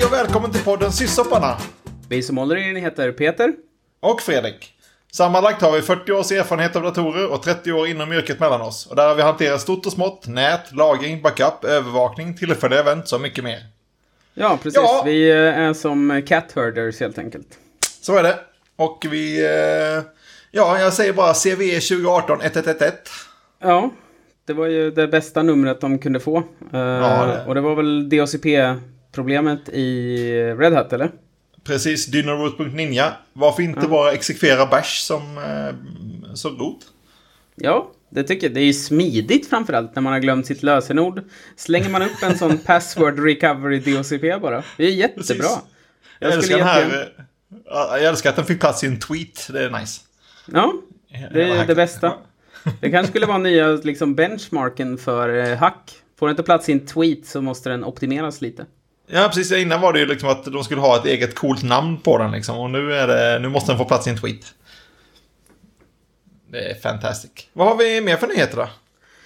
Hej och välkommen till podden Syssoparna. Vi som håller in heter Peter. Och Fredrik. Sammanlagt har vi 40 års erfarenhet av datorer och 30 år inom yrket mellan oss. Och där har vi hanterat stort och smått, nät, lagring, backup, övervakning, tillfälliga event och mycket mer. Ja, precis. Ja. Vi är som cat herders helt enkelt. Så är det. Och vi... jag säger bara CVE 2018 1111. Ja, det var ju det bästa numret de kunde få. Och det var väl DHCP-problemet i Red Hat, eller? Precis, dynoroot.ninja. Varför inte bara exekvera bash som root? Ja, det tycker jag. Det är ju smidigt framförallt när man har glömt sitt lösenord. Slänger man upp en sån password recovery DHCP bara. Det är jättebra. Precis. Jag älskar att den fick plats i en tweet. Det är nice. Ja, det är det bästa. Det kanske skulle vara nya liksom, benchmarken för hack. Får den inte plats i en tweet så måste den optimeras lite. Ja, precis. Innan var det ju liksom att de skulle ha ett eget coolt namn på den liksom. Och nu måste den få plats i en tweet. Det är fantastiskt. Vad har vi mer för nyheter då?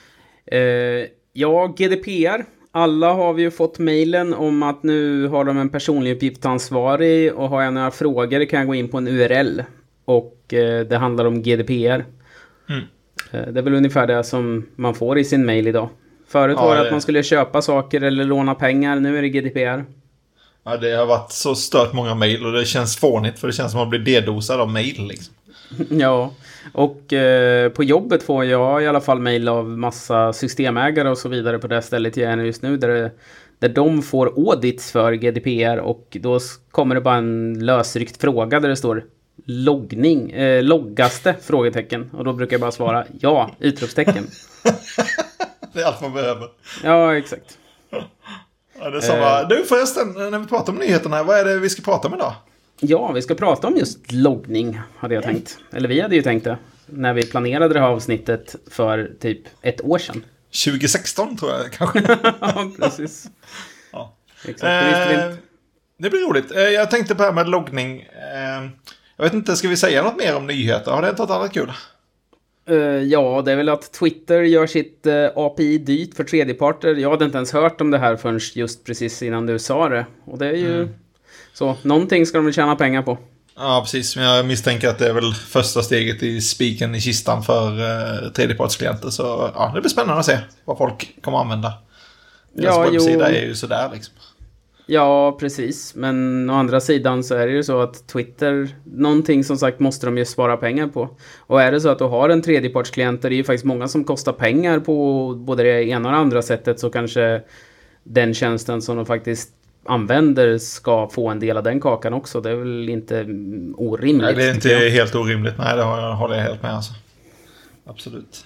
GDPR. Alla har vi ju fått mejlen om att nu har de en personlig uppgiftsansvarig. Och har jag några frågor kan jag gå in på en URL. Och det handlar om GDPR. Det är väl ungefär det som man får i sin mejl idag. Förut var det att man skulle köpa saker eller låna pengar. Nu är det GDPR. Ja, det har varit så stört många mejl och det känns fånigt för det känns som att man blir dedosad av mejl liksom. Ja, och på jobbet får jag i alla fall mejl av massa systemägare och så vidare på det stället jag är just nu. Där de får audits för GDPR och då kommer det bara en lösryckt fråga där det står loggning, loggas det? Frågetecken. Och då brukar jag bara svara ja, utropstecken. Det är allt man behöver. Ja, exakt. Ja, det är samma. Du förresten, när vi pratar om nyheterna, vad är det vi ska prata om idag? Ja, vi ska prata om just loggning, hade jag tänkt. Eller vi hade ju tänkt det, när vi planerade det här avsnittet för typ 1 år sedan. 2016 tror jag kanske. Ja, precis. Ja. Exakt, det visste vi inte. Det blir roligt. Jag tänkte på det här med loggning. Jag vet inte, ska vi säga något mer om nyheter? Har det inte något annat kul? Ja, det är väl att Twitter gör sitt API dyrt för tredjeparter. Jag hade inte ens hört om det här förrän just precis innan du sa det. Och det är ju så, någonting ska de väl tjäna pengar på. Ja, precis. Men jag misstänker att det är väl första steget i spiken i kistan för tredjepartsklienter. Så ja, det blir spännande att se vad folk kommer använda. Deras webbsida är ju sådär liksom. Ja, precis. Men å andra sidan så är det ju så att Twitter, någonting som sagt måste de ju spara pengar på. Och är det så att du har en tredjepartsklient, det är ju faktiskt många som kostar pengar på både det ena och det andra sättet, så kanske den tjänsten som de faktiskt använder ska få en del av den kakan också. Det är väl inte orimligt. Nej, det är inte helt orimligt. Nej, det håller jag helt med alltså. Absolut.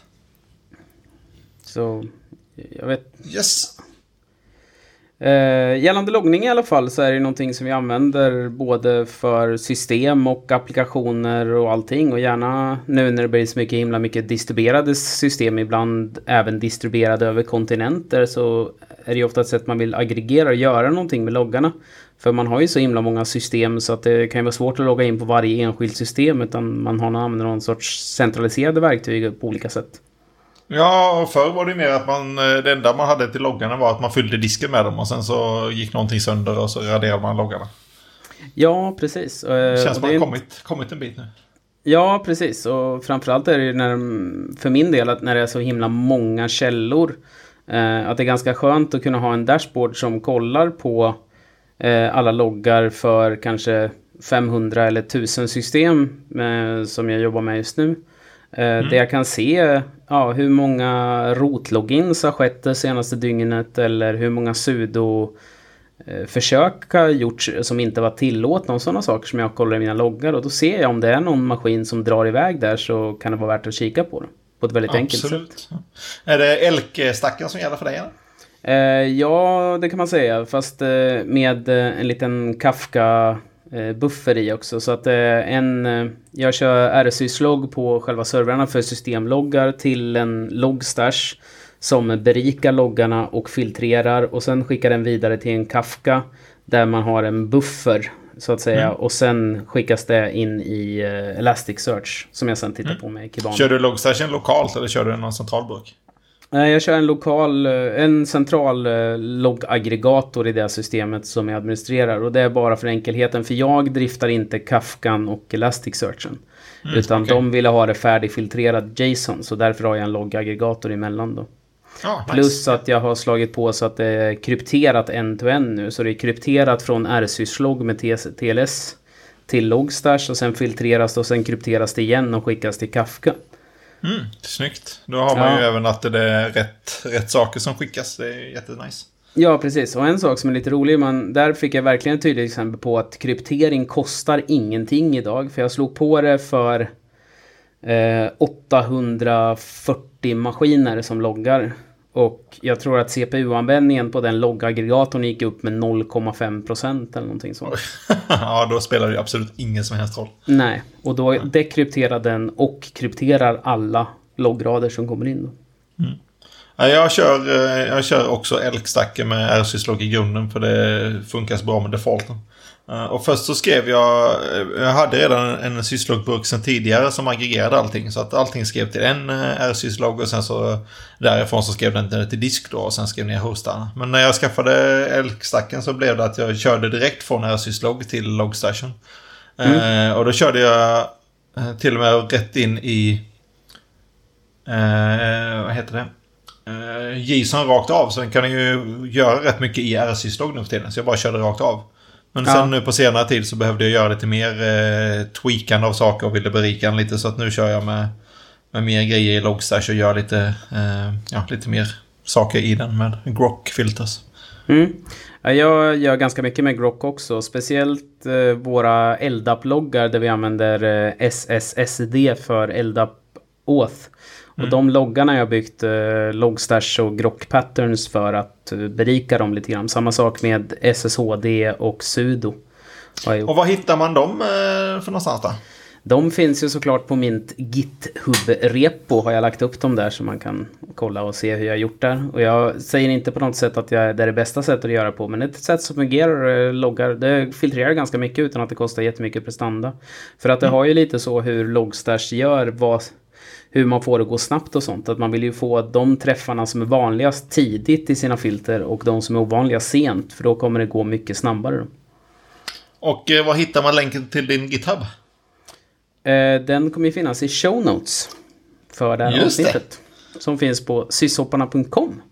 Så, jag vet... Yes. Gällande loggning i alla fall så är det någonting som vi använder både för system och applikationer och allting, och gärna nu när det blir så mycket distribuerade system, ibland även distribuerade över kontinenter, så är det ju ofta ett sätt man vill aggregera och göra någonting med loggarna, för man har ju så himla många system så att det kan ju vara svårt att logga in på varje enskilt system, utan man använder någon sorts centraliserade verktyg på olika sätt. Ja, och förr var det mer att det enda man hade till loggarna var att man fyllde disken med dem och sen så gick någonting sönder och så raderade man loggarna. Ja, precis. Det känns som att man har kommit en bit nu. Ja, precis. Och framförallt är det för min del att när det är så himla många källor, att det är ganska skönt att kunna ha en dashboard som kollar på alla loggar för kanske 500 eller 1000 system som jag jobbar med just nu. Där jag kan se hur många root-logins har skett det senaste dygnet, eller hur många sudo-försök har gjorts som inte var tillåtna, och sådana saker som jag kollar i mina loggar. Och då ser jag om det är någon maskin som drar iväg där, så kan det vara värt att kika på det på ett väldigt enkelt sätt. Är det ELK-stacken som gäller för dig? Ja, det kan man säga, fast med en liten Kafka buffer i också, så att jag kör RSys-logg på själva servrarna för systemloggar till en logstash som berikar loggarna och filtrerar, och sen skickar den vidare till en Kafka där man har en buffer så att säga, och sen skickas det in i Elasticsearch som jag sen tittar på med Kibana. Kör du logstashen lokalt eller kör du någon centralburk? Jag kör en central loggaggregator i det systemet som jag administrerar. Och det är bara för enkelheten, för jag driftar inte Kafkan och Elasticsearchen. Utan de ville ha det färdigfiltrerad JSON, så därför har jag en loggaggregator emellan då. Nice. Plus att jag har slagit på så att det är krypterat end-to-end nu. Så det är krypterat från rsyslog med TLS till Logstash och sen filtreras det och sen krypteras det igen och skickas till Kafka. Snyggt. Då har man ju även att det är rätt saker som skickas. Det är jättenice. Ja, precis. Och en sak som är lite rolig, där fick jag verkligen ett tydligt exempel på att kryptering kostar ingenting idag. För jag slog på det för 840 maskiner som loggar. Och jag tror att CPU-användningen på den loggaggregatorn gick upp med 0,5% eller någonting sånt. Ja, då spelar det absolut ingen som helst roll. Nej, och då dekrypterar den och krypterar alla loggrader som kommer in då. Ja, jag kör också Elk-stacken med rsyslog i grunden, för det funkar så bra med defaulten. Och först så skrev jag hade redan en syslogburk sedan tidigare som aggregerade allting, så att allting skrev till en rsyslog och sen så därifrån så skrev den till disk då och sen skrev ner hostarna. Men när jag skaffade Elk-stacken så blev det att jag körde direkt från rsyslog till Logstation. Och då körde jag till och med rätt in i vad heter det? JSON rakt av, så den kan ju göra rätt mycket i rsyslog nu för tiden, så jag bara körde rakt av. Men sen nu på senare tid så behövde jag göra lite mer tweakande av saker och ville berika den lite, så att nu kör jag med mer grejer i Logstash och gör lite mer saker i den med Grok-filters. Jag gör ganska mycket med Grok också, speciellt våra LDAP-loggar där vi använder SSSD för LDAP Auth. Och de loggarna jag byggt Logstash och Grok patterns för att berika dem lite grann. Samma sak med SSHD och sudo. Och vad hittar man dem för någonstans då? De finns ju såklart på mitt GitHub-repo. Har jag lagt upp dem där så man kan kolla och se hur jag har gjort där. Och jag säger inte på något sätt att det är det bästa sättet att göra på. Men ett sätt som fungerar, loggar, det filtrerar ganska mycket utan att det kostar jättemycket prestanda. För att det har ju lite så hur Logstash gör hur man får det gå snabbt och sånt. Att man vill ju få de träffarna som är vanligast tidigt i sina filter och de som är ovanliga sent. För då kommer det gå mycket snabbare. Och var hittar man länken till din GitHub? Den kommer ju finnas i show notes för det här avsnittet. Som finns på syshopparna.com.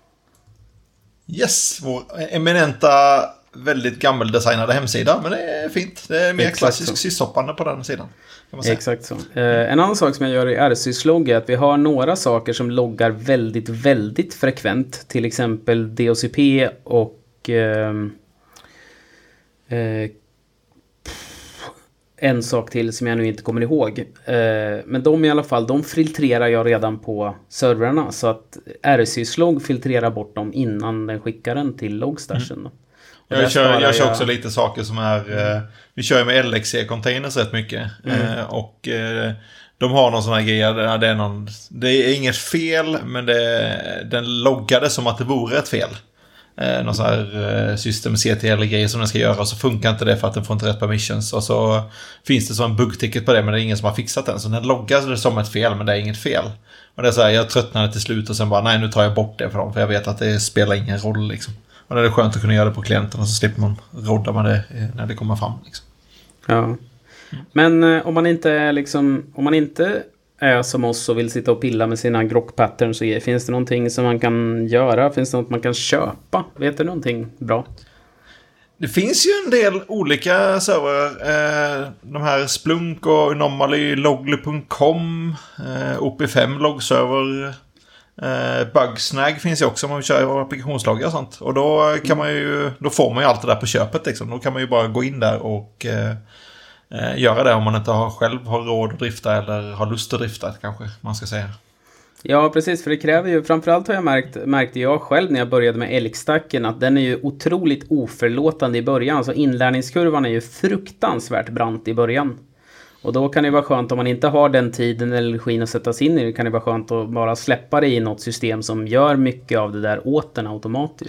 Yes, vår eminenta, väldigt gammaldesignade hemsida. Men det är fint. Det är mer klassisk syshoppande på den sidan. Exakt så. En annan sak som jag gör i rsyslog är att vi har några saker som loggar väldigt, väldigt frekvent. Till exempel DHCP och en sak till som jag nu inte kommer ihåg. Men de i alla fall, de filtrerar jag redan på servrarna. Så att rsyslog filtrerar bort dem innan den skickar den till Logstashen. Jag kör också lite saker som är... vi kör ju med LXC-containers rätt mycket. Och de har någon sån här grej. Det är inget fel, men den loggade som att det vore ett fel. Någon sån här system CTL-grej som den ska göra, och så funkar inte det för att den får inte rätt permissions. Och så finns det så en bugticket på det, men det är ingen som har fixat den. Så den loggar det som ett fel, men det är inget fel. Och det är så här, jag tröttnade till slut och sen bara, nej, nu tar jag bort det för dem, för jag vet att det spelar ingen roll liksom. Och det är skönt att kunna göra det på klienterna, så slipper man rodda med det när det kommer fram liksom. Ja. Men om man inte är som oss och vill sitta och pilla med sina Grok patterns, så finns det någonting som man kan göra? Finns det något man kan köpa? Vet du någonting bra? Det finns ju en del olika server. De här Splunk och Anomaly, Logly.com, OP5 loggserver, Bugsnag finns ju också om man kör applikationsloggar och sånt. Och då kan då får man ju allt det där på köpet liksom. Då kan man ju bara gå in där och göra det om man inte själv har råd att drifta eller har lust att drifta, kanske man ska säga. Ja, precis, för det kräver ju, framförallt har jag märkte jag själv när jag började med Elk-stacken att den är ju otroligt oförlåtande i början. Så inlärningskurvan är ju fruktansvärt brant i början. Och då kan det vara skönt, om man inte har den tiden eller energin att sätta sig in i det, kan det vara skönt att bara släppa det i något system som gör mycket av det där åt den automatiskt.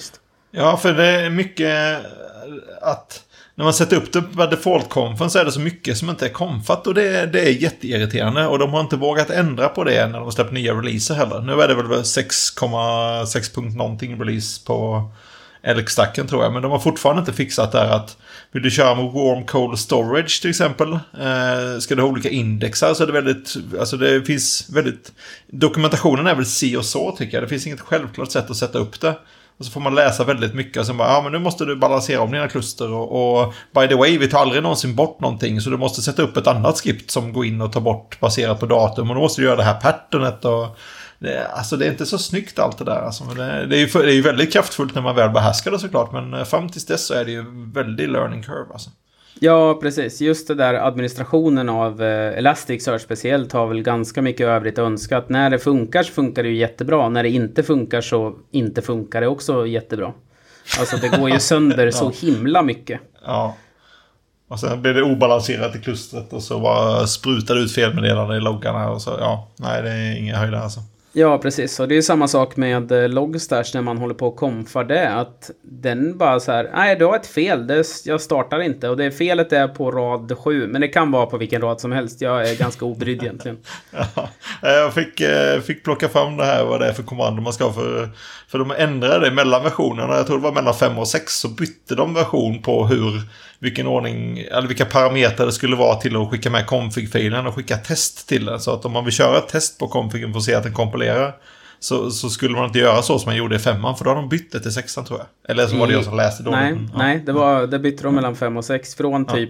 Ja, för det är mycket att när man sätter upp det på default-konfen så är det så mycket som inte är konfat och det är jätteirriterande och de har inte vågat ändra på det när de släpper nya releaser heller. Nu är det väl 6,6 någonting release på Elk-stacken tror jag, men de har fortfarande inte fixat där att vill du köra med warm cold storage till exempel, ska du ha olika indexar så är det väldigt, alltså det finns väldigt, dokumentationen är väl si och så tycker jag, det finns inget självklart sätt att sätta upp det. Och så får man läsa väldigt mycket och sen bara, men nu måste du balansera om dina kluster och by the way, vi tar aldrig någonsin bort någonting så du måste sätta upp ett annat skript som går in och tar bort baserat på datum och då måste du göra det här patternet och alltså det är inte så snyggt allt det där alltså, det är ju väldigt kraftfullt när man väl behärskar det såklart men fram tills dess så är det ju väldigt learning curve alltså. Ja, precis. Just det där administrationen av Elasticsearch speciellt har väl ganska mycket övrigt önskat. När det funkar så funkar det ju jättebra. När det inte funkar så inte funkar det också jättebra. Alltså det går ju sönder så himla mycket. Ja. Och sen blir det obalanserat i klustret och så bara sprutar ut felmeddelande i loggarna och så, ja, nej det är inga höjder alltså. Ja, precis. Och det är samma sak med Logstash när man håller på att konfa det. Att den bara så här, nej du har ett fel, jag startar inte. Och det felet är på rad 7, men det kan vara på vilken rad som helst. Jag är ganska obrydd egentligen. Ja, jag fick plocka fram det här, vad det är för kommando man ska ha för de ändrade mellan versionerna. Jag tror det var mellan 5 och 6 så bytte de version på vilken ordning, eller vilka parametrar det skulle vara till att skicka med config-filen och skicka test till den. Så att om man vill köra ett test på configen för att se att den kompilerar så skulle man inte göra så som man gjorde i 5, för då har de bytt det till 6 tror jag. Eller så var det jag som läste då. Nej, det bytte de mellan 5 och 6 från typ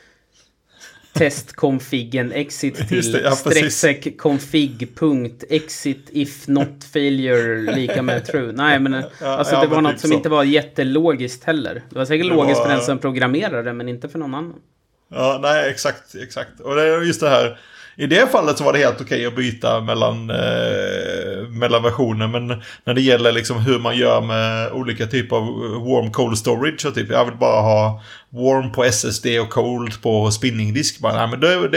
testconfigen exit till streck config.exit if not failure lika med true. Nej, men alltså det var något som inte var jättelogiskt heller. Det var säkert logiskt för den som programmerade, men inte för någon annan. Ja, nej, exakt. Och det är just det här. I det fallet så var det helt okej att byta mellan versioner, men när det gäller liksom hur man gör med olika typer av warm cold storage så typ jag vill bara ha warm på SSD och cold på spinningdisk bara, nej, men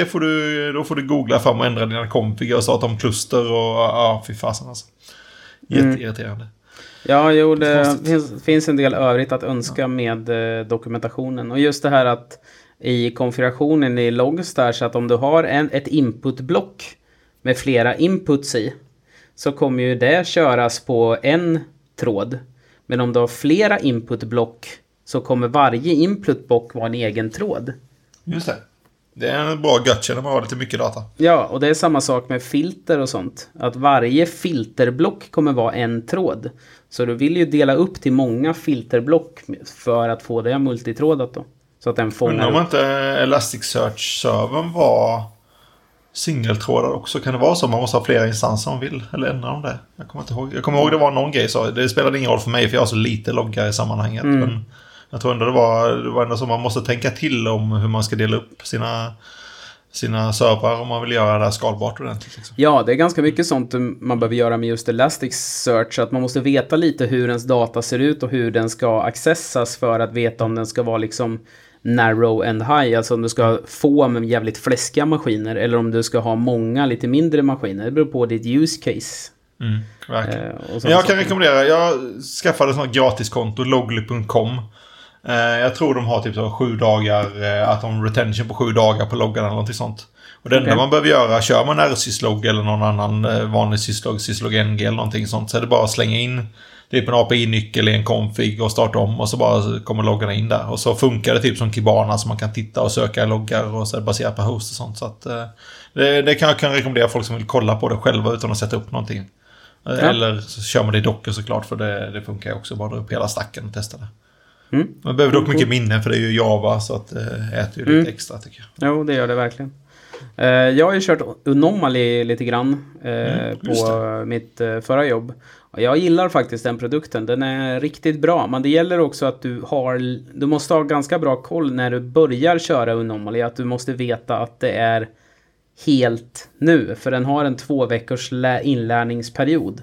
då får du googla fram och ändra dina konfiger och starta om kluster och ja, fy fasen alltså. Jätteirriterande. Ja, jo, det finns en del övrigt att önska med dokumentationen och just det här att i konfigurationen i Logstash att om du har ett inputblock med flera inputs i så kommer ju det köras på en tråd. Men om du har flera inputblock så kommer varje inputblock vara en egen tråd. Just det. Det är en bra gotcha när man har lite mycket data. Ja, och det är samma sak med filter och sånt. Att varje filterblock kommer vara en tråd. Så du vill ju dela upp till många filterblock för att få det multitrådat då. Så att den fångar. Men om inte Elasticsearch-servern var singeltrådar också, kan det vara så? Man måste ha flera instanser om man vill, eller ändra om det. Jag kommer ihåg det var någon grej så. Det spelade ingen roll för mig för jag har så lite loggar i sammanhanget. Men jag tror ändå det var ändå så man måste tänka till om hur man ska dela upp sina servrar om man vill göra det här skalbart ordentligt. Liksom. Ja, det är ganska mycket sånt man behöver göra med just Elasticsearch. Att man måste veta lite hur ens data ser ut och hur den ska accessas för att veta om den ska vara liksom narrow and high. Alltså om du ska få med jävligt fläskiga maskiner eller om du ska ha många lite mindre maskiner. Det beror på ditt use case. Verkligen. Men jag kan rekommendera, jag skaffade ett sånt gratiskonto, logly.com. Jag tror de har typ så 7 dagar, att de retention på 7 dagar på loggarna eller något sånt. Och det enda man behöver göra, kör man RSyslog eller någon annan vanlig syslog NG eller någonting sånt, så är det bara att slänga in typ en API-nyckel i en config och starta om och så bara kommer loggarna in där. Och så funkar det typ som Kibana så man kan titta och söka i loggar och så är det baserat på host och sånt. Så att det kan jag rekommendera folk som vill kolla på det själva utan att sätta upp någonting. Ja. Eller så kör man det i Docker såklart, för det funkar ju också. Bara dra upp hela stacken och testa det. Man behöver dock mycket minne, för det är ju Java, så att det äter ju lite extra tycker jag. Jo, det gör det verkligen. Jag har ju kört Unomaly lite grann på mitt förra jobb. Och jag gillar faktiskt den produkten. Den är riktigt bra. Men det gäller också att du måste ha ganska bra koll när du börjar köra Unomaly. Att du måste veta att det är helt nu. För den har en 2 veckors inlärningsperiod.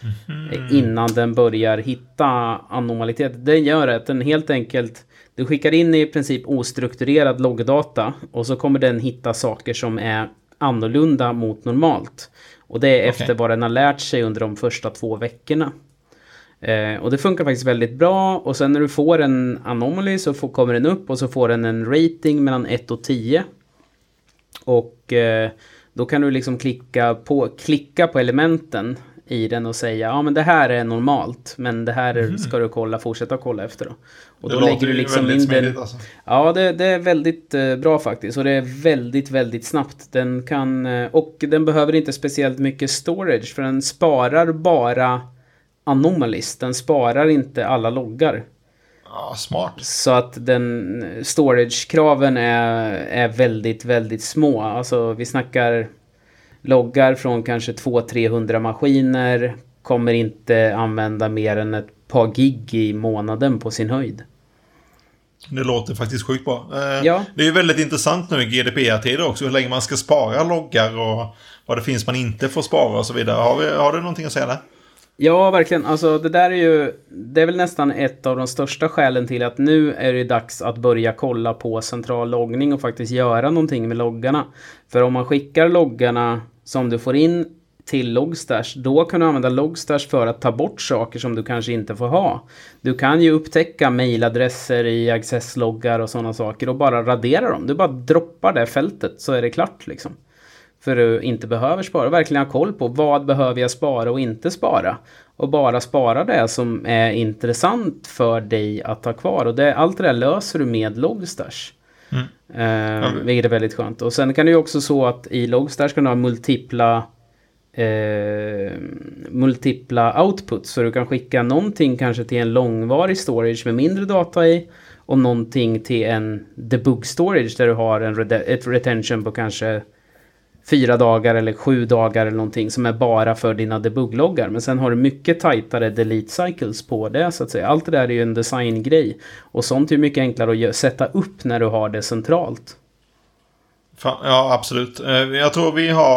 Innan den börjar hitta anomalitet. Det gör att den helt enkelt, du skickar in i princip ostrukturerad loggdata och så kommer den hitta saker som är annorlunda mot normalt. Och det är efter vad den har lärt sig under de första 2 veckorna. Och det funkar faktiskt väldigt bra. Och sen när du får en anomaly så kommer den upp och så får den en rating mellan 1 och 10. Och då kan du liksom klicka på elementen i den och säga ja men det här är normalt, men det här ska du fortsätta kolla efter då. Och då lägger du liksom in den. Alltså. Ja, det är väldigt bra faktiskt, och det är väldigt väldigt snabbt. Den kan och den behöver inte speciellt mycket storage, för den sparar bara anomalies. Den sparar inte alla loggar. Ja, smart. Så att den storage-kraven är väldigt väldigt små. Alltså vi snackar loggar från kanske 200-300 maskiner, kommer inte använda mer än ett par gig i månaden på sin höjd. Det låter faktiskt sjukt bra. Ja. Det är ju väldigt intressant nu i GDPR-tider också, hur länge man ska spara loggar och vad det finns man inte får spara och så vidare. Har du någonting att säga där? Ja, verkligen. Alltså det är väl nästan ett av de största skälen till att nu är det dags att börja kolla på central loggning och faktiskt göra någonting med loggarna. För om man skickar loggarna som du får in till Logstash, då kan du använda Logstash för att ta bort saker som du kanske inte får ha. Du kan ju upptäcka mailadresser i accessloggar och sådana saker och bara radera dem. Du bara droppar det fältet så är det klart liksom. För du inte behöver spara. Verkligen ha koll på vad behöver jag spara och inte spara. Och bara spara det som är intressant för dig att ha kvar. Och allt det där löser du med Logstash. Vilket är väldigt skönt. Och sen kan det ju också så att i Logstash kan du ha multipla outputs. Så du kan skicka någonting kanske till en långvarig storage med mindre data i. Och någonting till en debug storage där du har ett retention på kanske 4 dagar eller 7 dagar eller någonting som är bara för dina debugloggar. Men sen har du mycket tajtare delete cycles på det så att säga. Allt det där är ju en designgrej. Och sånt är mycket enklare att sätta upp när du har det centralt. Ja, absolut. Jag tror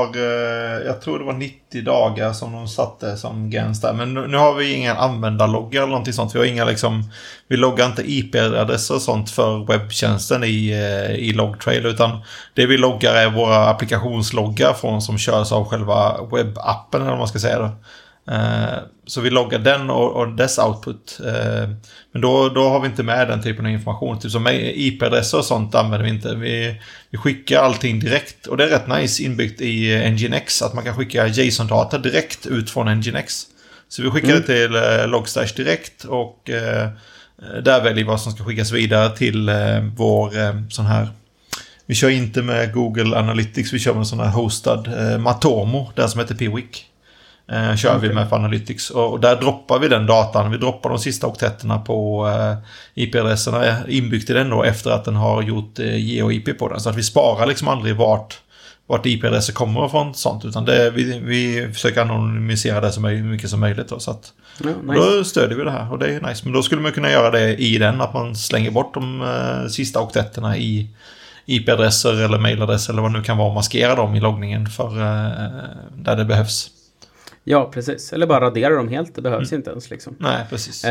det var 90 dagar som de satte som gräns där. Men nu har vi inga användarloggar eller någonting sånt. Vi loggar inte IP-adresser och sånt för webbtjänsten i Logtrail, utan det vi loggar är våra applikationsloggar som körs av själva webbappen eller vad man ska säga då. Så vi loggar den och dess output. Men då har vi inte med den typen av information. Typ som IP-adresser och sånt använder vi inte. Vi skickar allting direkt. Och det är rätt nice inbyggt i Nginx att man kan skicka JSON-data direkt ut från Nginx. Så vi skickar det till Logstash direkt och där väljer vi vad som ska skickas vidare till vår sån här. Vi kör inte med Google Analytics, vi kör med sån här hostad Matomo, den som heter Piwik. Kör vi med för Analytics och där droppar vi den datan. Vi droppar de sista oktetterna på IP-adresserna inbyggt i den då efter att den har gjort GeoIP på den. Så att vi sparar liksom aldrig vart IP-adresser kommer från sånt, utan vi försöker anonymisera det så mycket som möjligt då, så att nice. Då stödjer vi det här och det är nice. Men då skulle man kunna göra det i den att man slänger bort de sista oktetterna i IP-adresser eller mailadresser eller vad det nu kan vara och maskerar dem i loggningen för där det behövs. Ja, precis. Eller bara radera dem helt. Det behövs inte ens liksom. Nej, precis.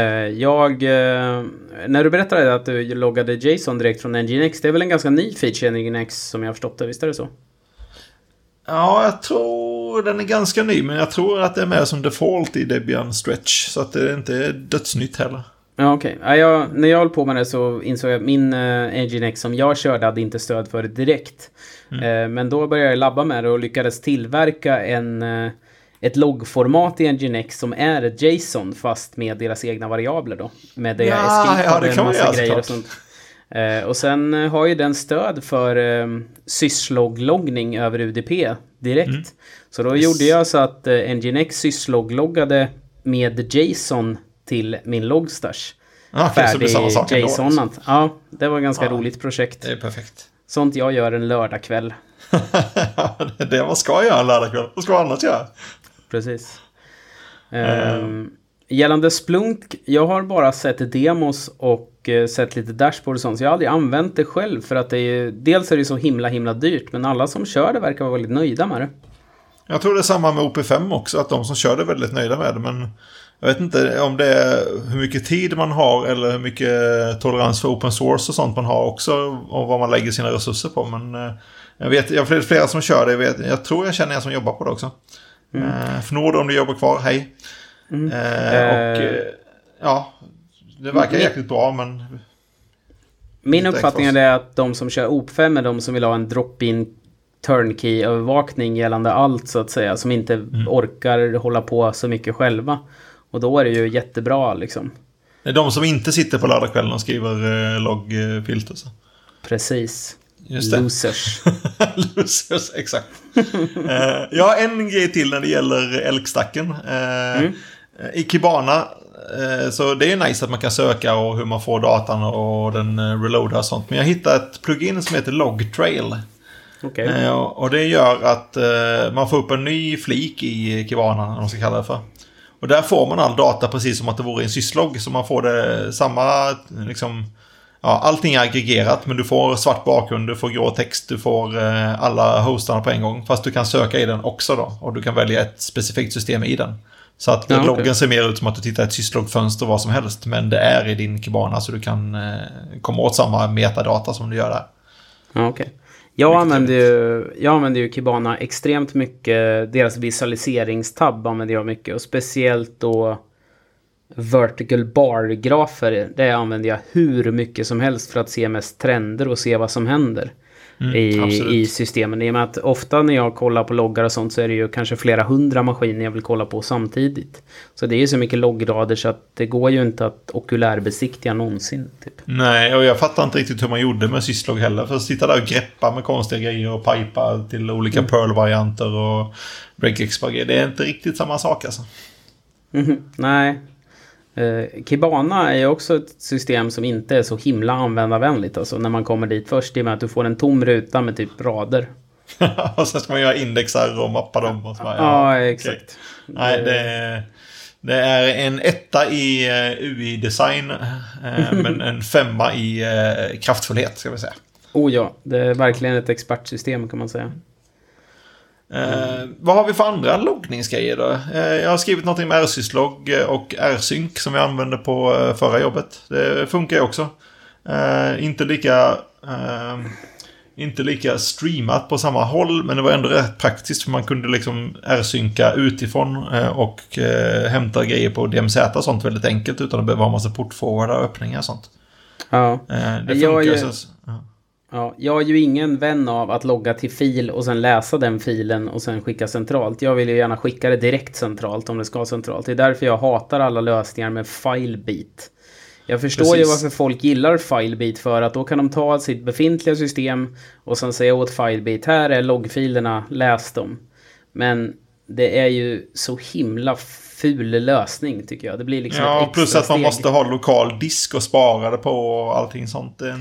När du berättade att du loggade JSON direkt från Nginx, det är väl en ganska ny feature i Nginx som jag har förstått det. Visst är det så? Ja, jag tror den är ganska ny, men jag tror att det är med som default i Debian Stretch, så att det inte är dödsnytt heller. Ja, okej. När jag höll på med det så insåg jag att min Nginx som jag körde hade inte stöd för det direkt. Men då började jag labba med det och lyckades tillverka ett loggformat i Nginx som är ett JSON fast med deras egna variabler då. Med det det kan massa grejer och sånt. Och sen har ju den stöd för syslog-loggning över UDP direkt. Så då gjorde jag så att Nginx syslog-loggade med JSON till min Logstash. Färdig JSON. Ja, det var ett ganska roligt projekt. Det är perfekt. Sånt jag gör en lördagkväll. Det är vad ska göra en lördagkväll. Vad ska annat göra? Precis. Gällande Splunk, jag har bara sett demos och sett lite dashboard och sånt. Så jag har aldrig använt det själv för att dels är det så himla dyrt, men alla som kör det verkar vara väldigt nöjda med det. Jag tror det är samma med OP5 också, att de som kör det är väldigt nöjda med det, men jag vet inte om det är hur mycket tid man har eller hur mycket tolerans för open source och sånt man har också och vad man lägger sina resurser på, men jag har flera som kör det, jag tror jag känner en som jobbar på det också. Förnord om du jobbar kvar, hej. Ja, det verkar jäkligt bra, men... Min uppfattning är att de som kör OP5 är de som vill ha en drop-in turnkey-övervakning gällande allt, så att säga, som inte orkar hålla på så mycket själva. Och då är det ju jättebra, liksom. Det är de som inte sitter på lördagskvällen och skriver loggfilter. Så. Precis. Just det. Losers. Losers, exakt. Ja, en grej till när det gäller elkstacken. I Kibana, så det är nice att man kan söka och hur man får datan och den reloadar och sånt. Men jag hittade ett plugin som heter Logtrail. Okay. Och det gör att man får upp en ny flik i Kibana, om man ska kalla det för. Och där får man all data precis som att det vore en syslogg. Så man får det samma, liksom, ja, allting är aggregerat. Men du får svart bakgrund, du får grå text, du får alla hostarna på en gång. Fast du kan söka i den också då. Och du kan välja ett specifikt system i den. Så att loggen ser mer ut som att du tittar i ett sysloggfönster vad som helst. Men det är i din Kibana, så du kan komma åt samma metadata som du gör där. Ja, okej. Okay. Jag använder ju Kibana extremt mycket. Deras visualiseringstab använder jag mycket. Och speciellt då vertical bar-grafer. Det använder jag hur mycket som helst för att se mest trender och se vad som händer i systemen. I och med att ofta när jag kollar på loggar och sånt så är det ju kanske flera 100 maskiner jag vill kolla på samtidigt. Så det är ju så mycket loggrader så att det går ju inte att okulärbesiktiga någonsin. Typ. Nej, och jag fattar inte riktigt hur man gjorde med syslog heller. För att sitta där och greppa med konstiga grejer och pipa till olika Perl-varianter och regex-grejer. Det är inte riktigt samma sak alltså. Nej. Kibana är också ett system som inte är så himla användarvänligt alltså, när man kommer dit först, i och med att du får en tom ruta med typ rader. Och sen ska man göra indexar och mappa dem. Och så bara, ja, exakt. Okay. Nej, det är en 1 i UI-design men en 5 i kraftfullhet, ska vi säga. Oh ja, det är verkligen ett expertsystem kan man säga. Vad har vi för andra loggningsgrejer då? Jag har skrivit någonting med RSYS-logg och RSync som vi använde på förra jobbet. Det funkar ju också. Inte lika streamat på samma håll, men det var ändå rätt praktiskt för man kunde liksom RSynka utifrån och hämta grejer på DMZ och sånt väldigt enkelt utan att behöva ha massa portforwardar och öppningar och sånt. Ja. Det funkar Ja, jag är ju ingen vän av att logga till fil och sen läsa den filen och sen skicka centralt. Jag vill ju gärna skicka det direkt centralt om det ska centralt. Det är därför jag hatar alla lösningar med Filebeat. Jag förstår ju varför folk gillar Filebeat, för att då kan de ta sitt befintliga system och sen säga åt Filebeat, här är loggfilerna, läs dem. Men det är ju så himla ful lösning tycker jag. Det blir liksom ett extra plus att man steg. måste ha lokal disk och spara det på och allting sånt. Det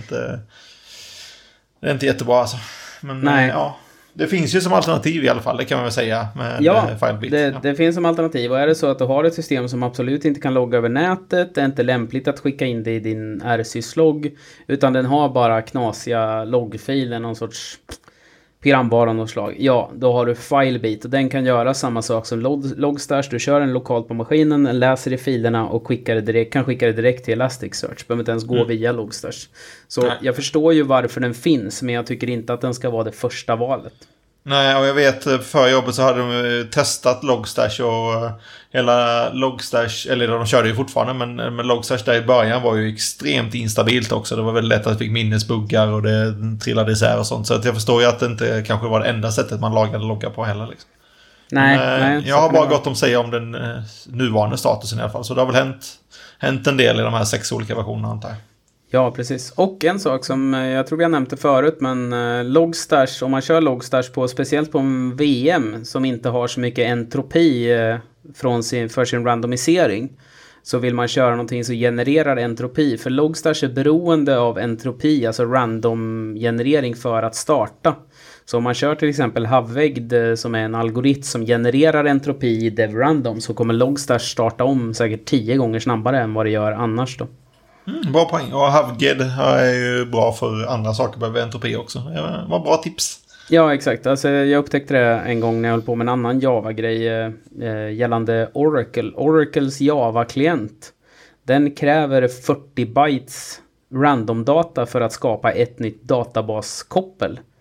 är inte jättebra alltså. Men nej. Ja, det finns ju som alternativ i alla fall, det kan man väl säga med Filebeat. Det finns som alternativ, och är det så att du har ett system som absolut inte kan logga över nätet, det är inte lämpligt att skicka in det i din RSYS-logg, utan den har bara knasiga loggfiler, någon sorts programvara av något slag. Ja, då har du Filebeat och den kan göra samma sak som Logstash. Du kör den lokalt på maskinen, den läser i filerna och kan skicka det direkt till Elasticsearch. Behöver inte ens gå via Logstash. Så jag förstår ju varför den finns, men jag tycker inte att den ska vara det första valet. Nej, och jag vet för jobbet så hade de testat Logstash och hela Logstash, eller de körde ju fortfarande, men Logstash där i början var ju extremt instabilt också. Det var väldigt lätt att det fick minnesbuggar och det trillade isär och sånt. Så att jag förstår ju att det inte kanske var det enda sättet man lagade loggar på heller. Liksom. Nej, jag har bara gott om att säga om den nuvarande statusen i alla fall. Så det har väl hänt en del i de här 6 olika versionerna, antar jag. Ja, precis. Och en sak som jag tror jag nämnde förut, men Logstash, om man kör Logstash speciellt på en VM som inte har så mycket entropi för sin randomisering, så vill man köra någonting som genererar entropi. För Logstash är beroende av entropi, alltså random-generering för att starta. Så om man kör till exempel Havegd som är en algoritm som genererar entropi i DevRandom, så kommer Logstash starta om säkert 10 gånger snabbare än vad det gör annars då. Bra poäng. Och Havged är ju bra för andra saker, behöver entropi också. Det var bra tips. Ja, exakt. Alltså, jag upptäckte det en gång när jag höll på med en annan Java-grej gällande Oracle. Oracles Java-klient, den kräver 40 bytes randomdata för att skapa ett nytt databaskoppel.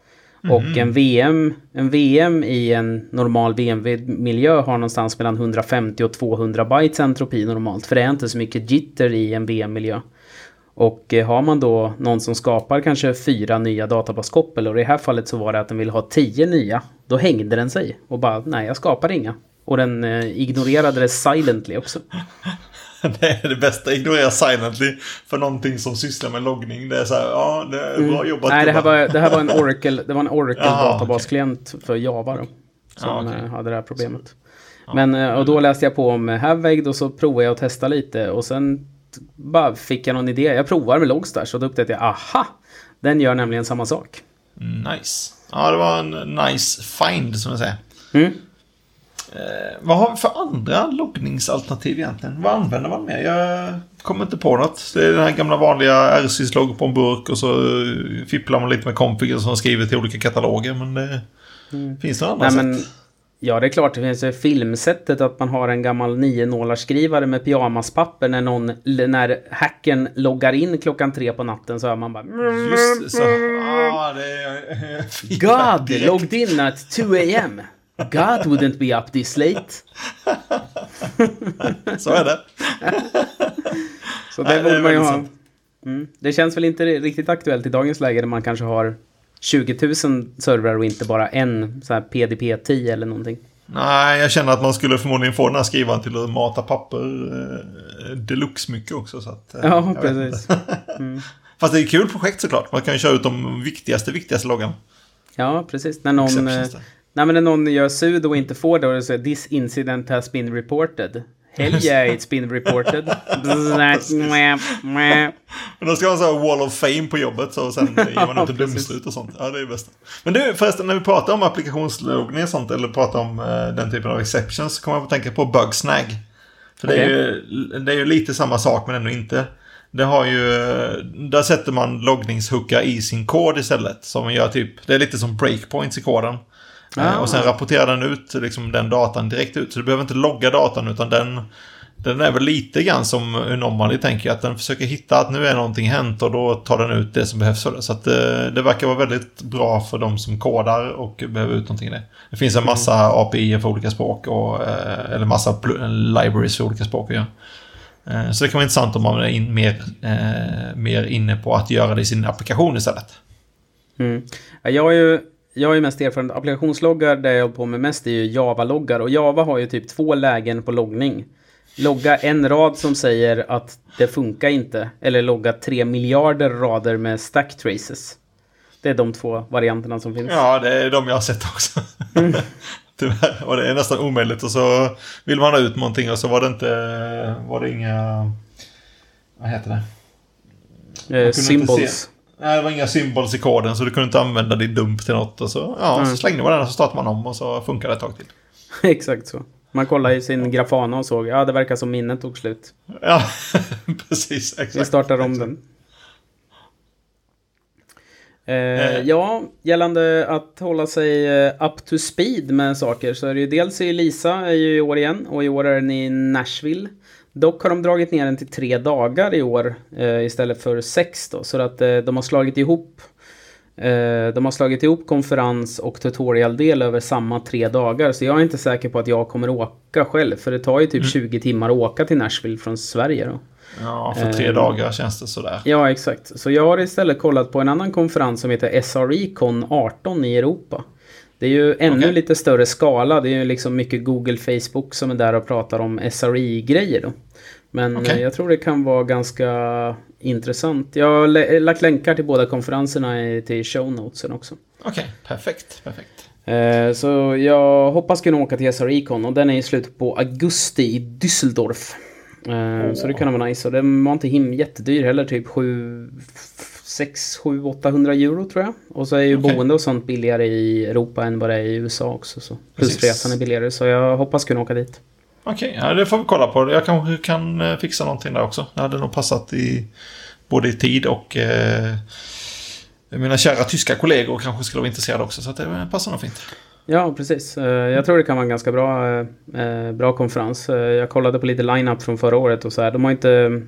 Och en VM i en normal VM-miljö har någonstans mellan 150 och 200 bytes entropi normalt. För det är inte så mycket jitter i en VM-miljö. Och har man då någon som skapar kanske 4 nya databaskoppel, och i det här fallet så var det att den vill ha 10 nya, då hängde den sig och bara, nej jag skapar inga. Och den ignorerade det silently också. Det är det bästa, ignorera silently för någonting som sysslar med loggning. Det är så här, ja, det är bra jobbat. Nej, det här var en Oracle databasklient för Java då, som hade det här problemet. Ja. Men, och då läste jag på om Havig och så provade jag att testa lite och sen bara fick jag någon idé. Jag provar med Logstash och då upptäckte jag, aha, den gör nämligen samma sak. Nice. Ja, det var en nice find som jag säger. Vad har vi för andra loggningsalternativ egentligen? Vad använder man mer? Jag kommer inte på något. Det är den här gamla vanliga RSys-logg på en burk och så fipplar man lite med config som skriver till olika kataloger. Men det finns några andra sätt. Ja, det är klart. Det finns ju filmsättet att man har en gammal 9-nålarskrivare med pyjamaspapper när hacken loggar in klockan 3 på natten så hör man bara... Just så. Det är... God, logged in at 2 a.m. God wouldn't be up this late. Så är det. Så det borde man ju ha. Det känns väl inte riktigt aktuellt i dagens läge där man kanske har 20 000 servrar och inte bara en så här PDP-10 eller någonting. Nej, jag känner att man skulle förmodligen få den här skrivaren till att mata papper deluxe mycket också. Så att, ja, precis. Fast det är ett kul projekt såklart. Man kan ju köra ut de viktigaste loggarna. Ja, precis. När någon gör sudo och inte får det och säger this incident has been reported. Hell yeah, it's been reported. Men då ska man ha Wall of Fame på jobbet så sen ger man ut en dumstrut och sånt. Ja, det är det bästa. Men du, förresten, när vi pratar om applikationsloggning och sånt eller pratar om den typen av exceptions så kommer jag att tänka på Bugsnag. För det är ju lite samma sak men ändå inte. Det har ju, där sätter man loggningshookar i sin kod istället. Som man gör typ, det är lite som breakpoints i koden. Och sen rapporterar den ut liksom, den datan direkt ut. Så du behöver inte logga datan utan den är väl lite grann som Anomaly tänker att den försöker hitta att nu är någonting hänt och då tar den ut det som behövs för det. Så att det verkar vara väldigt bra för de som kodar och behöver ut någonting i det. Det finns en massa API för olika språk och, eller massa libraries för olika språk. Ja. Så det kan vara intressant om man är mer inne på att göra det i sin applikation istället. Jag är ju mest erfaren. Applikationsloggar där jag håller på med mest är ju Java-loggar. Och Java har ju typ 2 lägen på loggning. Logga en rad som säger att det funkar inte. Eller logga 3 miljarder rader med stack traces. Det är de 2 varianterna som finns. Ja, det är de jag har sett också. Tyvärr. Och det är nästan omöjligt. Och så vill man ha ut någonting och så var det inga... Vad heter det? Symbols. Nej, det var inga symbols i koden så du kunde inte använda din dump till något. Och så, så slängde man den och så startade man om och så funkar det ett tag till. Exakt så. Man kollade i sin Grafana och såg, det verkar som minnet tog slut. Ja, precis. Exakt. Vi startar om den. Gällande att hålla sig up to speed med saker så är det ju dels i Lisa är ju i år igen och i år är den i Nashville. Dock har de dragit ner den till 3 dagar i år istället för 6 då. Så att de har slagit ihop konferens och tutorial-del över samma 3 dagar. Så jag är inte säker på att jag kommer åka själv. För det tar ju typ 20 timmar att åka till Nashville från Sverige då. Ja, för 3 dagar känns det sådär. Ja, exakt. Så jag har istället kollat på en annan konferens som heter SRECon 18 i Europa. Det är ju ännu lite större skala. Det är ju liksom mycket Google, Facebook som är där och pratar om SRE-grejer då. Men jag tror det kan vara ganska intressant. Jag har lagt länkar till båda konferenserna till show notesen också. Okej, perfekt. Så jag hoppas kunna åka till SRECon och den är i slutet på augusti i Düsseldorf. Så det kan vara nice. Och den var inte jättedyr heller, typ 800 euro tror jag. Och så är ju boende och sånt billigare i Europa än vad det är i USA också. Så. Plus resan är billigare, så jag hoppas kunna åka dit. Okej, det får vi kolla på. Jag kanske kan fixa någonting där också. Det hade nog passat både i tid och mina kära tyska kollegor kanske skulle vara intresserade också. Så det passar nog fint. Ja, precis. Jag tror det kan vara en ganska bra konferens. Jag kollade på lite line-up från förra året och så här. De har inte...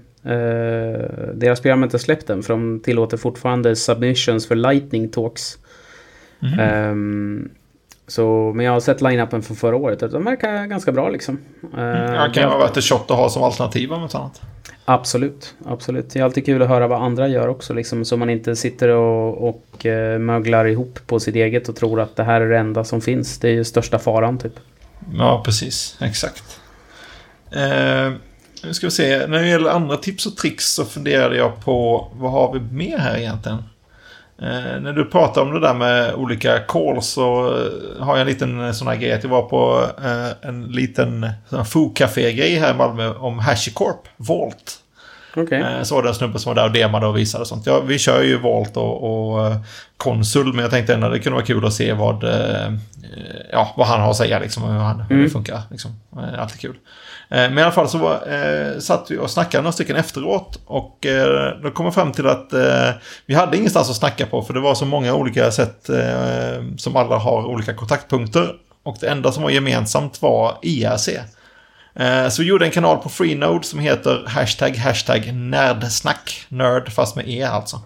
deras program har inte släppt den för de tillåter fortfarande submissions för lightning talks. Men jag har sett line-upen från förra året och de verkar ganska bra liksom. Det kan vara värt ett shot att ha som alternativ om något annat. Absolut. Det är alltid kul att höra vad andra gör också liksom, så man inte sitter och möglar ihop på sitt eget och tror att det här är det enda som finns. Det är ju största faran typ. Ja, precis. Exakt. Nu ska vi se. När det gäller andra tips och tricks så funderade jag på vad har vi mer här egentligen? När du pratar om det där med olika calls så har jag en liten sån här grej att jag var på en liten foodcafé-grej här i Malmö om HashiCorp, Vault. Okay. Så var det en snubbe som var där och demade och visade och sånt. Ja, vi kör ju Vault och Consul, men jag tänkte ändå det kunde vara kul att se vad han har att säga liksom, hur det funkar liksom. Alltid kul. Men i alla fall så satt vi och snackade några stycken efteråt och då kom jag fram till att vi hade ingenstans att snacka på för det var så många olika sätt som alla har olika kontaktpunkter och det enda som var gemensamt var IRC. Så vi gjorde en kanal på Freenode som heter hashtag närdsnack, nörd fast med E alltså.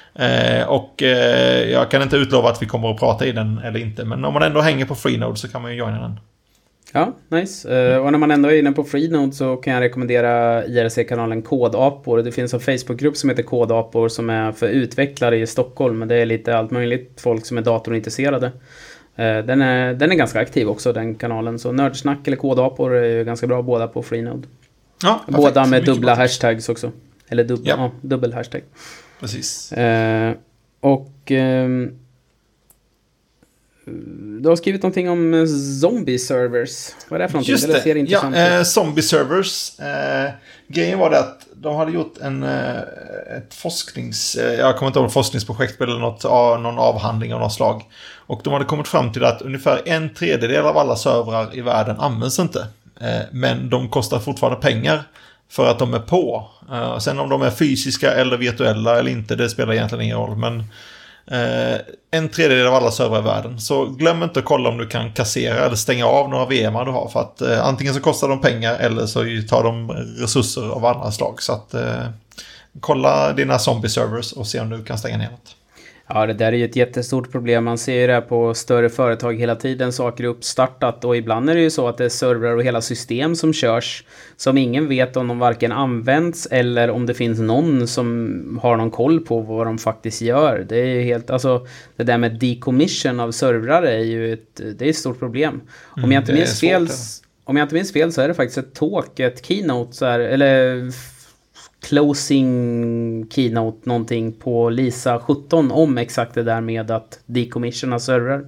Jag kan inte utlova att vi kommer att prata i den eller inte, men om man ändå hänger på Freenode så kan man ju joina den. Ja, nice. Och när man ändå är inne på Freenode så kan jag rekommendera IRC-kanalen Kodapor. Det finns en Facebookgrupp som heter Kodapor som är för utvecklare i Stockholm. Men det är lite allt möjligt folk som är datorintresserade. Den är ganska aktiv också, den kanalen. Så Nördsnack eller Kodapor är ju ganska bra båda på Freenode. Ja, båda med dubbla hashtags också. Eller dubbel hashtag. Precis. Du har skrivit någonting om zombie servers. Vad är det för någonting? Just det. Ser intressant ut. Zombie servers. Grejen var det att de hade gjort ett jag kommer inte ihåg forskningsprojekt eller någon avhandling av något slag. Och de hade kommit fram till att ungefär 1/3 av alla servrar i världen används inte. Men de kostar fortfarande pengar för att de är på. Sen om de är fysiska eller virtuella eller inte, det spelar egentligen ingen roll. Men 1/3 av alla servrar i världen. Så glöm inte att kolla om du kan kassera eller stänga av några VM:ar du har. För att antingen så kostar de pengar eller så tar de resurser av andra slag. Så att kolla dina zombie servers och se om du kan stänga ner något. Ja, det där är ju ett jättestort problem. Man ser ju det här på större företag hela tiden. Saker är uppstartat och ibland är det ju så att det är servrar och hela system som körs. Som ingen vet om de varken används eller om det finns någon som har någon koll på vad de faktiskt gör. Det är ju helt, alltså det där med decommission av servrar är ju ett stort problem. Om jag inte minns fel så är det faktiskt ett talk, ett keynote så här, eller closing keynote någonting på Lisa 17 om exakt det där med att decommissiona servrar.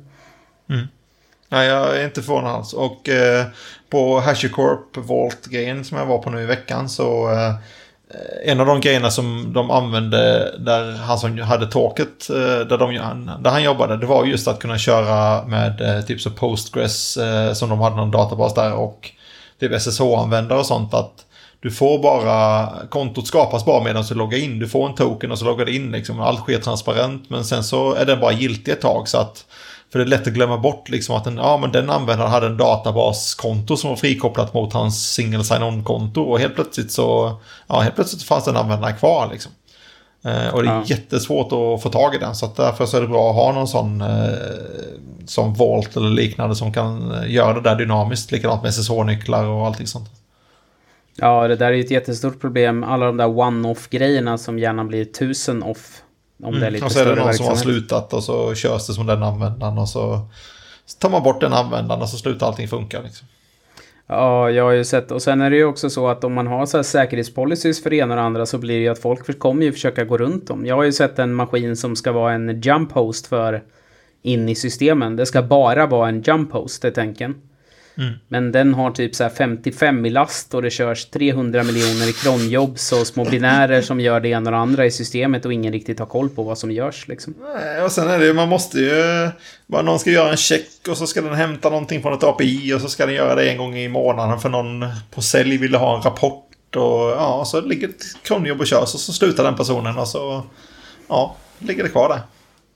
Nej, jag är inte förvånad alls. Och på HashiCorp Vault-grejen som jag var på nu i veckan så en av de grejerna som de använde där han som hade talket där han jobbade, det var just att kunna köra med typ så Postgres som de hade någon databas där och typ SSH-användare och sånt att du får bara, kontot skapas bara medan du loggar in. Du får en token och så loggar du in liksom. Allt sker transparent men sen så är den bara giltig ett tag så att för det är lätt att glömma bort liksom att den användaren hade en databaskonto som var frikopplat mot hans single sign-on-konto och helt plötsligt fanns den användaren kvar liksom. Och det är jättesvårt att få tag i den så att därför så är det bra att ha någon sån som Vault eller liknande som kan göra det där dynamiskt, likadant med SSH-nycklar och allting sånt. Ja, det där är ju ett jättestort problem. Alla de där one-off-grejerna som gärna blir 1000 off. Om det är lite och så är det någon verksamhet. som har slutat och så körs det som den användaren och så tar man bort den användaren och så slutar allting funka liksom. Ja, jag har ju sett. Och sen är det ju också så att om man har så här säkerhetspolicies för det ena och andra så blir det ju att folk kommer ju försöka gå runt dem. Jag har ju sett en maskin som ska vara en jump host för in i systemen. Det ska bara vara en jump host, det är tänken. Men den har typ så här 55 i last och det körs 300 miljoner i cronjobs och små binärer som gör det ena och det andra i systemet och ingen riktigt har koll på vad som görs liksom. Nej, och sen är det man måste ju bara någon ska göra en check och så ska den hämta någonting från ett API och så ska den göra det en gång i månaden för någon på sälj ville ha en rapport och så ligger ett cronjobb och körs och så slutar den personen och så ligger det kvar där.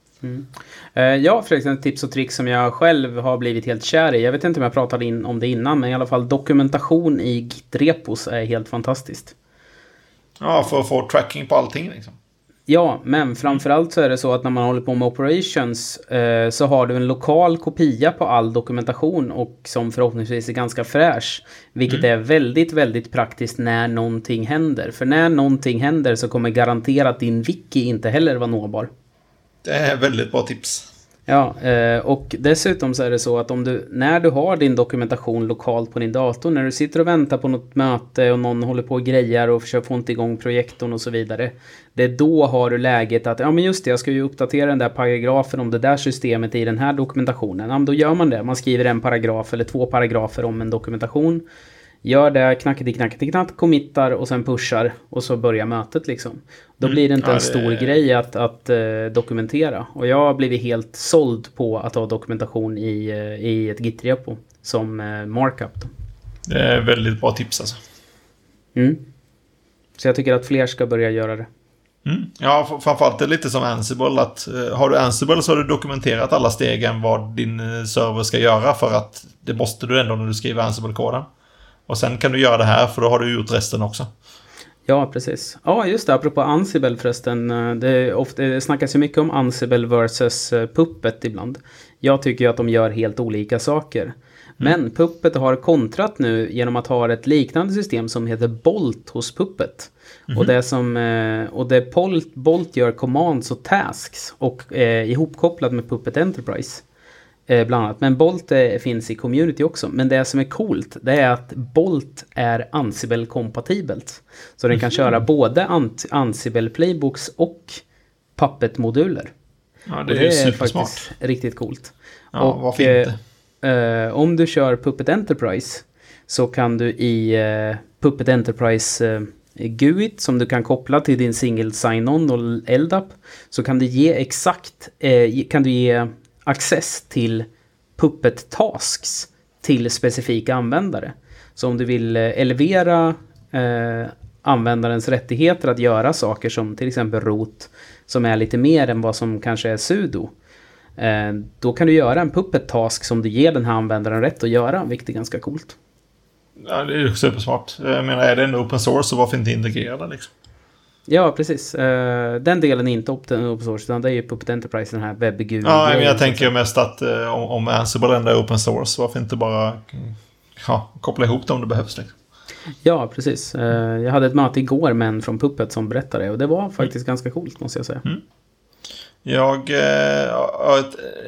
Ja, för exempel tips och tricks som jag själv har blivit helt kär i. Jag vet inte om jag pratade om det innan, men i alla fall dokumentation i Git-repos är helt fantastiskt. Ja, för att få tracking på allting liksom. Ja, men framförallt så är det så att när man håller på med operations så har du en lokal kopia på all dokumentation och som förhoppningsvis är ganska fräsch. Vilket är väldigt, väldigt praktiskt när någonting händer. För när någonting händer så kommer garanterat din wiki inte heller vara nåbar. Det är väldigt bra tips. Ja, och dessutom så är det så att när du har din dokumentation lokalt på din dator, när du sitter och väntar på något möte och någon håller på och grejar och försöker få inte igång projektorn och så vidare, det är då har du läget att, ja men just det, jag ska ju uppdatera den där paragrafen om det där systemet i den här dokumentationen. Ja, men då gör man det, man skriver en paragraf eller 2 paragrafer om en dokumentation. Gör det, knackety-knackety-knack, committar och sen pushar och så börjar mötet liksom. Då blir det inte en stor grej att dokumentera. Och jag har blivit helt såld på att ha dokumentation i ett Git-repo som markup. Det är väldigt bra tips alltså. Så jag tycker att fler ska börja göra det. Ja, framförallt är det lite som Ansible att har du Ansible så har du dokumenterat alla stegen vad din server ska göra för att det måste du ändå när du skriver Ansible-koden. Och sen kan du göra det här för då har du gjort resten också. Ja, precis. Ja, just det. Apropå Ansible förresten. Det snackas ju mycket om Ansible versus Puppet ibland. Jag tycker ju att de gör helt olika saker. Men Puppet har kontrat nu genom att ha ett liknande system som heter Bolt hos Puppet. Och det Bolt gör commands och tasks och ihopkopplat med Puppet Enterprise. Bland annat. Men Bolt finns i community också. Men det som är coolt, det är att Bolt är Ansible-kompatibelt. Så den kan köra både Ansible Playbooks och Puppet-moduler. Ja, det är faktiskt riktigt coolt. Ja, och varför inte? Om du kör Puppet Enterprise så kan du i Puppet Enterprise GUID som du kan koppla till din single sign-on och LDAP, så kan du ge access till Puppet Tasks till specifika användare. Så om du vill elevera användarens rättigheter att göra saker som till exempel root, som är lite mer än vad som kanske är sudo, då kan du göra en Puppet Task som du ger den här användaren rätt att göra, vilket är ganska coolt. Ja, det är supersmart. Jag menar, är det en open source så varför inte integrera det liksom? Ja, precis. Den delen är inte open source, utan det är ju Puppet Enterprise, den här webbguden. Ja, men jag tänker mest att om Ansible ändå är open source, varför inte bara koppla ihop dem om det behövs liksom? Ja, precis. Jag hade ett möte igår med en från Puppet som berättade, och det var faktiskt ganska coolt, måste jag säga. Jag har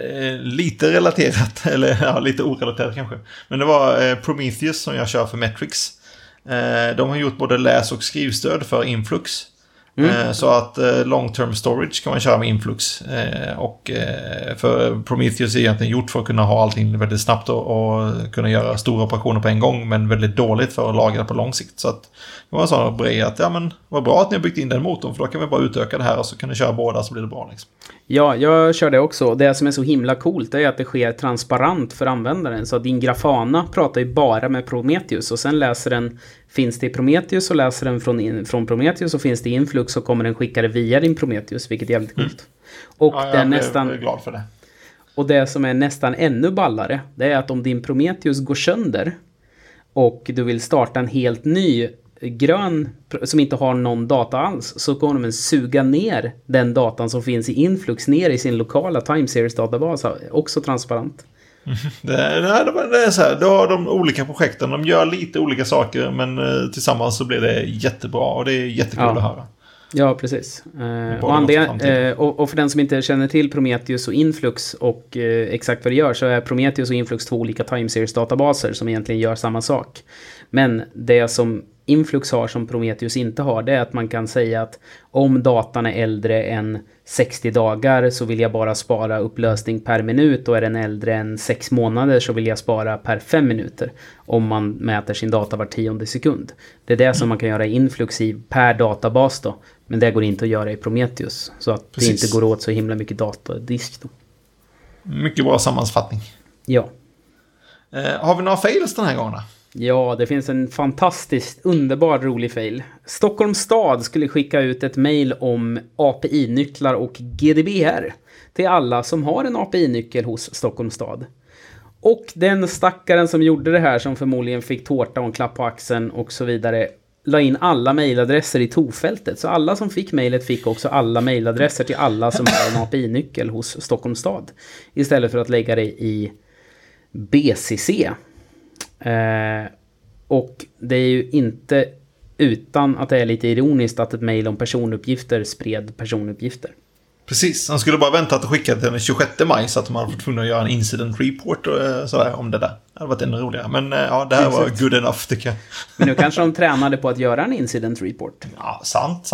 lite relaterat, eller lite orelaterat kanske. Men det var Prometheus som jag kör för Metrics. De har gjort både läs- och skrivstöd för Influx. Så att long-term storage kan man köra med Influx. Och för Prometheus är egentligen gjort för att kunna ha allting väldigt snabbt och kunna göra stora operationer på en gång, men väldigt dåligt för att lagra på lång sikt. Så att det var en sån grej att vad bra att ni har byggt in den motorn, för då kan vi bara utöka det här och så kan ni köra båda så blir det bra liksom. Ja, jag kör det också. Det som är så himla coolt är att det sker transparent för användaren. Så att din Grafana pratar ju bara med Prometheus, och sen läser den, finns det i Prometheus, och läser den från Prometheus, och finns det i Influx så kommer den skicka det via din Prometheus, vilket är jävligt coolt. Och ja, jag är glad för det. Och det som är nästan ännu ballare, det är att om din Prometheus går sönder och du vill starta en helt ny grön som inte har någon data alls, så kommer de suga ner den datan som finns i Influx ner i sin lokala time series databas, också transparent. Det är så här, då har de olika projekten, de gör lite olika saker, men tillsammans så blir det jättebra, och det är jättekul att höra. Ja, precis. Och för den som inte känner till Prometheus och Influx och exakt vad det gör, så är Prometheus och Influx 2 olika time series databaser som egentligen gör samma sak. Men det som Influx har som Prometheus inte har, det är att man kan säga att om datan är äldre än 60 dagar så vill jag bara spara upplösning per minut, och är den äldre än 6 månader så vill jag spara per 5 minuter om man mäter sin data var 10:e sekund. Det är det som man kan göra i Influx per databas då, men det går inte att göra i Prometheus, så att det inte går åt så himla mycket datadisk då. Mycket bra sammanfattning. Ja. Har vi några fails den här gången då? Ja, det finns en fantastiskt underbar rolig fail. Stockholms stad skulle skicka ut ett mejl om API-nycklar och GDPR till alla som har en API-nyckel hos Stockholms stad. Och den stackaren som gjorde det här, som förmodligen fick tårta och en klapp på axeln och så vidare, la in alla mejladresser i tofältet. Så alla som fick mejlet fick också alla mejladresser till alla som har en API-nyckel hos Stockholms stad. Istället för att lägga det i BCC. Och det är ju inte utan att det är lite ironiskt att ett mejl om personuppgifter spred personuppgifter. Precis, han skulle bara vänta att skicka till den 26 maj så att man hade fått tvungen att göra en incident report och sådär om det där. Det hade varit ännu roligare. Men ja, det här var good enough tycker jag. Men nu kanske de tränade på att göra en incident report. Ja, sant.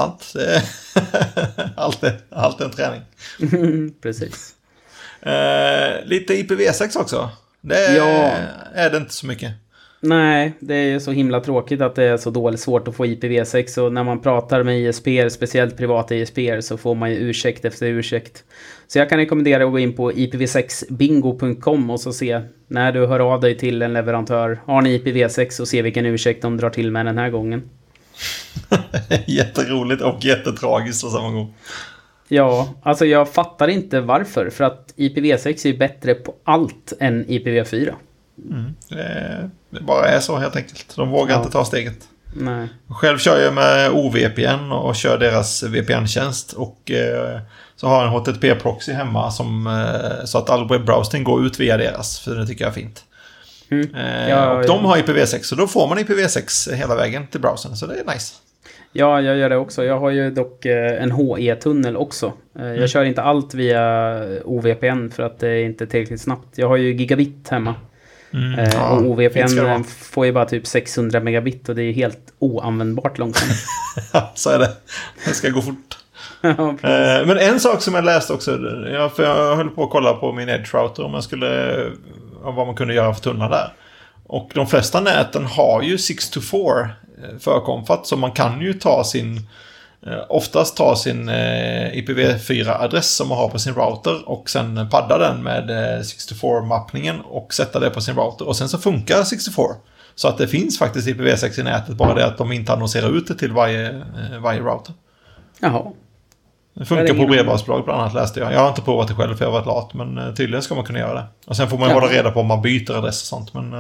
Allt en träning. Precis. Lite IPv6 också. Det är det inte så mycket. Nej, det är ju så himla tråkigt att det är så dåligt svårt att få IPv6 och när man pratar med ISP:er, speciellt privata ISP:er, så får man ju ursäkt efter ursäkt. Så jag kan rekommendera att gå in på ipv6bingo.com och så se när du hör av dig till en leverantör, har ni IPv6 och se vilken ursäkt de drar till med den här gången. Jätteroligt och jättetragiskt på samma gång. Ja, alltså jag fattar inte varför, för att IPv6 är ju bättre på allt än IPv4. Det bara är så helt enkelt. De vågar inte ta steget. Nej. Själv kör jag med OVPN och kör deras VPN-tjänst och så har jag en HTTP-proxy hemma så att all webbrowsing går ut via deras, för det tycker jag är fint. Och de har IPv6 så då får man IPv6 hela vägen till browsern, så det är nice. Ja, jag gör det också. Jag har ju dock en HE-tunnel också. Jag kör inte allt via OVPN för att det är inte tillräckligt snabbt. Jag har ju gigabit hemma. Och OVPN får ju bara typ 600 megabit och det är helt oanvändbart långsamt. Så är det. Det ska gå fort. Men en sak som jag läste också, för jag höll på att kolla på min Edge router vad man kunde göra för tunnlar där. Och de flesta näten har ju 624 förkomfat, så man kan ju oftast ta sin IPv4-adress som man har på sin router och sen padda den med 64-mappningen och sätta det på sin router. Och sen så funkar 64. Så att det finns faktiskt IPv6 i nätet, bara det att de inte annonserar ut det till varje router. Jaha. Det funkar på bredbandsbolag bland annat, läste jag. Jag har inte provat det själv för jag har varit lat, men tydligen ska man kunna göra det. Och sen får man hålla reda på om man byter adress och sånt, men...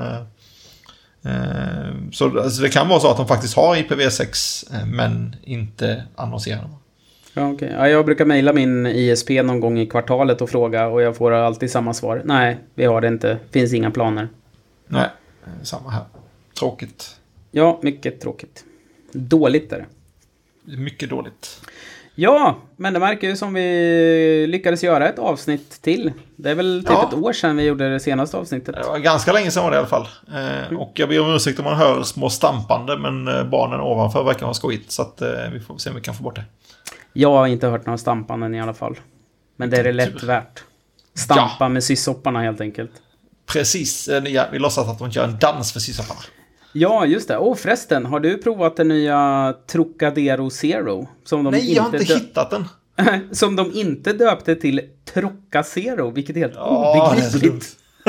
Så alltså, det kan vara så att de faktiskt har IPv6 men inte annonserar dem. Ja, okay. Ja, jag brukar mejla min ISP någon gång i kvartalet och fråga, och jag får alltid samma svar. Nej, vi har det inte. Finns inga planer. Nej, samma här. Tråkigt. Ja, mycket tråkigt. Dåligt är det. Mycket dåligt. Ja, men det märker ju som vi lyckades göra ett avsnitt till. Det är väl typ ett år sedan vi gjorde det senaste avsnittet. Det var ganska länge sedan var det i alla fall. Och jag ber om ursäkt om man hör små stampande, men barnen ovanför verkar ha skojigt. Så att vi får se om vi kan få bort det. Jag har inte hört några stampanden i alla fall. Men det är det lätt värt. Stampa med syssopparna helt enkelt. Precis, vi låtsas att de gör en dans för syssopparna. Ja, just det. Och förresten, har du provat den nya Trocadero Zero? Nej, jag har inte hittat den. Som de inte döpte till Trocacero, vilket är helt obegripligt.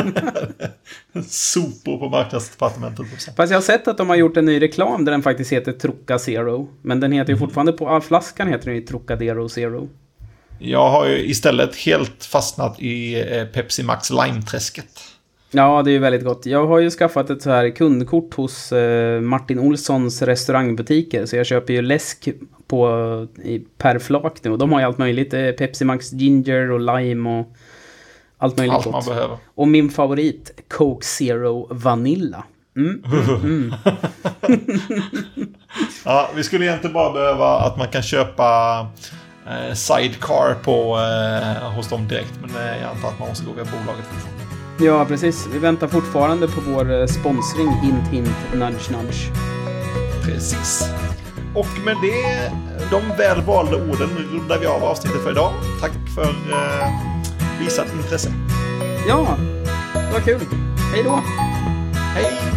Sopor på marknadsdepartementet. Fast jag har sett att de har gjort en ny reklam där den faktiskt heter Trocacero. Men den heter ju fortfarande på flaskan heter den ju Trocadero Zero. Jag har ju istället helt fastnat i Pepsi Max Lime-träsket. Ja, det är ju väldigt gott. Jag har ju skaffat ett så här kundkort hos Martin Olssons restaurangbutiker. Så jag köper ju läsk per flak nu. Och de har ju allt möjligt. Pepsi Max Ginger och Lime och allt möjligt gott. Man behöver. Och min favorit, Coke Zero Vanilla. Ja, vi skulle egentligen bara behöva att man kan köpa sidecar hos dem direkt. Men jag antar att man måste gå via bolaget fortfarande. Ja, precis. Vi väntar fortfarande på vår sponsring. Hint, hint, nudge, nudge. Precis. Och med de välvalda orden rundar vi av avsnittet för idag. Tack för visat intresse. Ja, det var kul. Hej då. Hej.